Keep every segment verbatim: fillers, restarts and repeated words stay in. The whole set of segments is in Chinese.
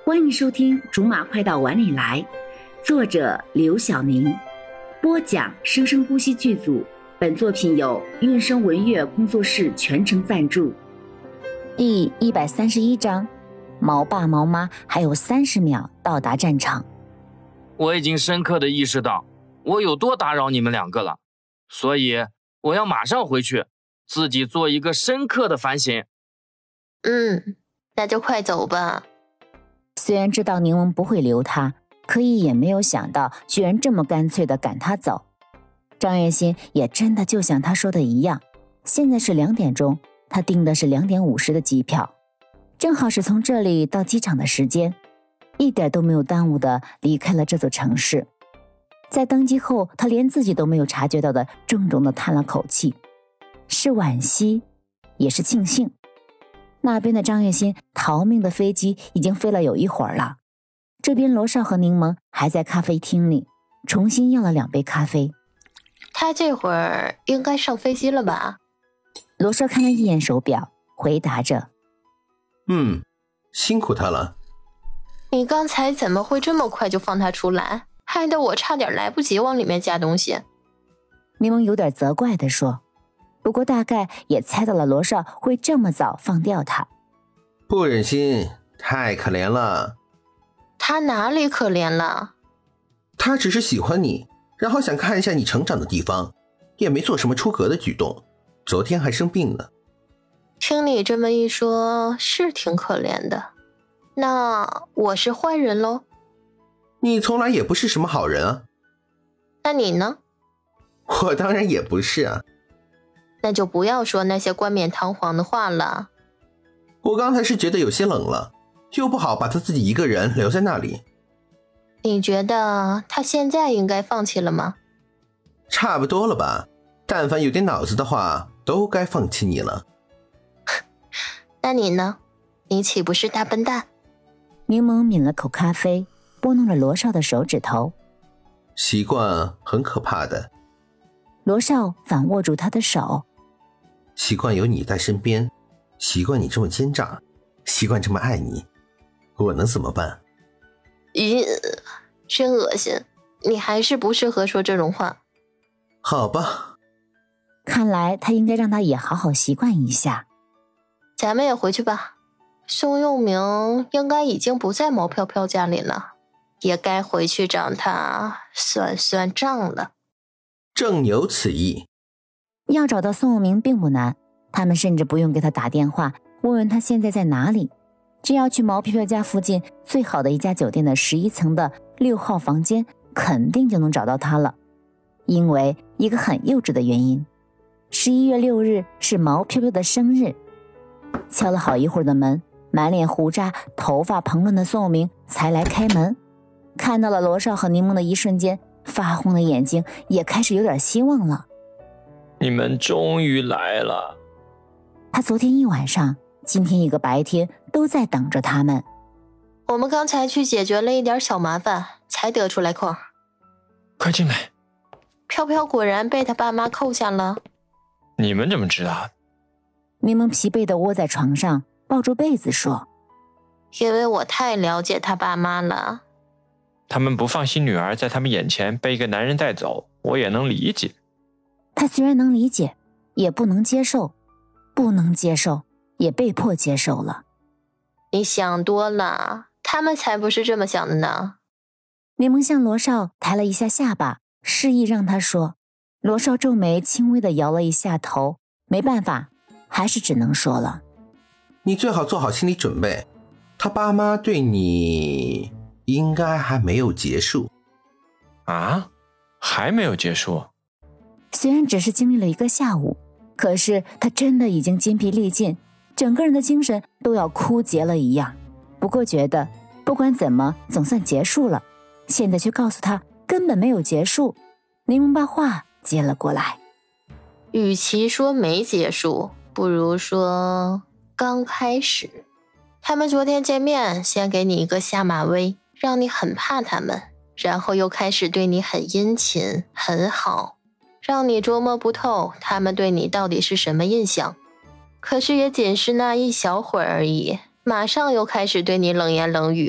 欢迎收听《竹马快到碗里来》，作者刘晓宁，播讲生生不息剧组。本作品由韵声文乐工作室全程赞助。 第一百三十一章，毛爸毛妈还有三十秒到达战场。 我已经深刻地意识到我有多打扰你们两个了，所以我要马上回去，自己做一个深刻的反省。 嗯，那就快走吧。 虽然知道柠檬不会留他，可以也没有想到居然这么干脆地赶他走。张月心也真的就像他说的一样，现在是两点钟，他订的是两点五十的机票，正好是从这里到机场的时间，一点都没有耽误地离开了这座城市。在登机后，他连自己都没有察觉到的重重地叹了口气，是惋惜也是庆幸。那边的张月心逃命的飞机已经飞了有一会儿了，这边罗少和柠檬还在咖啡厅里重新要了两杯咖啡。 他这会儿应该上飞机了吧？ 罗少看了一眼手表，回答着： 嗯，辛苦他了。 你刚才怎么会这么快就放他出来，害得我差点来不及往里面加东西。 柠檬有点责怪地说，不过大概也猜到了罗少会这么早放掉他。 不忍心，太可怜了。 他哪里可怜了？ 他只是喜欢你，然后想看一下你成长的地方，也没做什么出格的举动，昨天还生病了。 听你这么一说，是挺可怜的。那我是坏人咯？ 你从来也不是什么好人啊。 那你呢？ 我当然也不是啊。 那就不要说那些冠冕堂皇的话了。 我刚才是觉得有些冷了，又不好把他自己一个人留在那里。 你觉得他现在应该放弃了吗？ 差不多了吧，但凡有点脑子的话，都该放弃你了。 那你呢？你岂不是大笨蛋？ 柠檬抿了口咖啡，拨弄了罗少的手指头。 习惯很可怕的。 罗少反握住他的手。 习惯有你在身边，习惯你这么奸诈，习惯这么爱你，我能怎么办？ 咦，真恶心，你还是不适合说这种话。 好吧， 看来他应该让他也好好习惯一下。 咱们也回去吧，宋佑明应该已经不在毛飘飘家里了，也该回去找他算算账了。 正有此意。 要找到宋佑明并不难，他们甚至不用给他打电话问问他现在在哪里，只要去毛飘飘家附近最好的一家酒店的十一层的六号房间，肯定就能找到他了。因为一个很幼稚的原因，十一月六日是毛飘飘的生日。敲了好一会儿的门，满脸胡渣头发蓬乱的宋佑明才来开门，看到了罗少和柠檬的一瞬间，发红的眼睛也开始有点希望了。 你们终于来了。 他昨天一晚上，今天一个白天都在等着他们。 我们刚才去解决了一点小麻烦，才得出来空。 快进来。 飘飘果然被他爸妈扣下了。 你们怎么知道？ 柠檬疲惫地窝在床上，抱住被子说： 因为我太了解他爸妈了。 他们不放心女儿在他们眼前被一个男人带走，我也能理解。 他虽然能理解，也不能接受，不能接受，也被迫接受了。 你想多了，他们才不是这么想的呢。 柠檬向罗少抬了一下下巴，示意让他说。罗少皱眉轻微地摇了一下头，没办法，还是只能说了。 你最好做好心理准备，他爸妈对你应该还没有结束。 啊？还没有结束？ 虽然只是经历了一个下午，可是他真的已经筋疲力尽，整个人的精神都要枯竭了一样。不过觉得不管怎么总算结束了，现在却告诉他根本没有结束。柠檬把话接了过来， 与其说没结束，不如说刚开始。他们昨天见面，先给你一个下马威，让你很怕他们，然后又开始对你很殷勤很好，让你琢磨不透他们对你到底是什么印象。可是也仅是那一小会儿而已，马上又开始对你冷言冷语，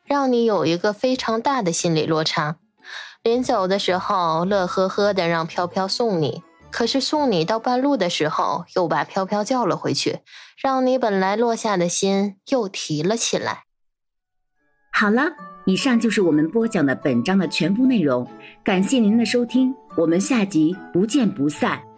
让你有一个非常大的心理落差。临走的时候乐呵呵的让飘飘送你，可是送你到半路的时候又把飘飘叫了回去，让你本来落下的心又提了起来。 好了，以上就是我们播讲的本章的全部内容，感谢您的收听，我们下集不见不散。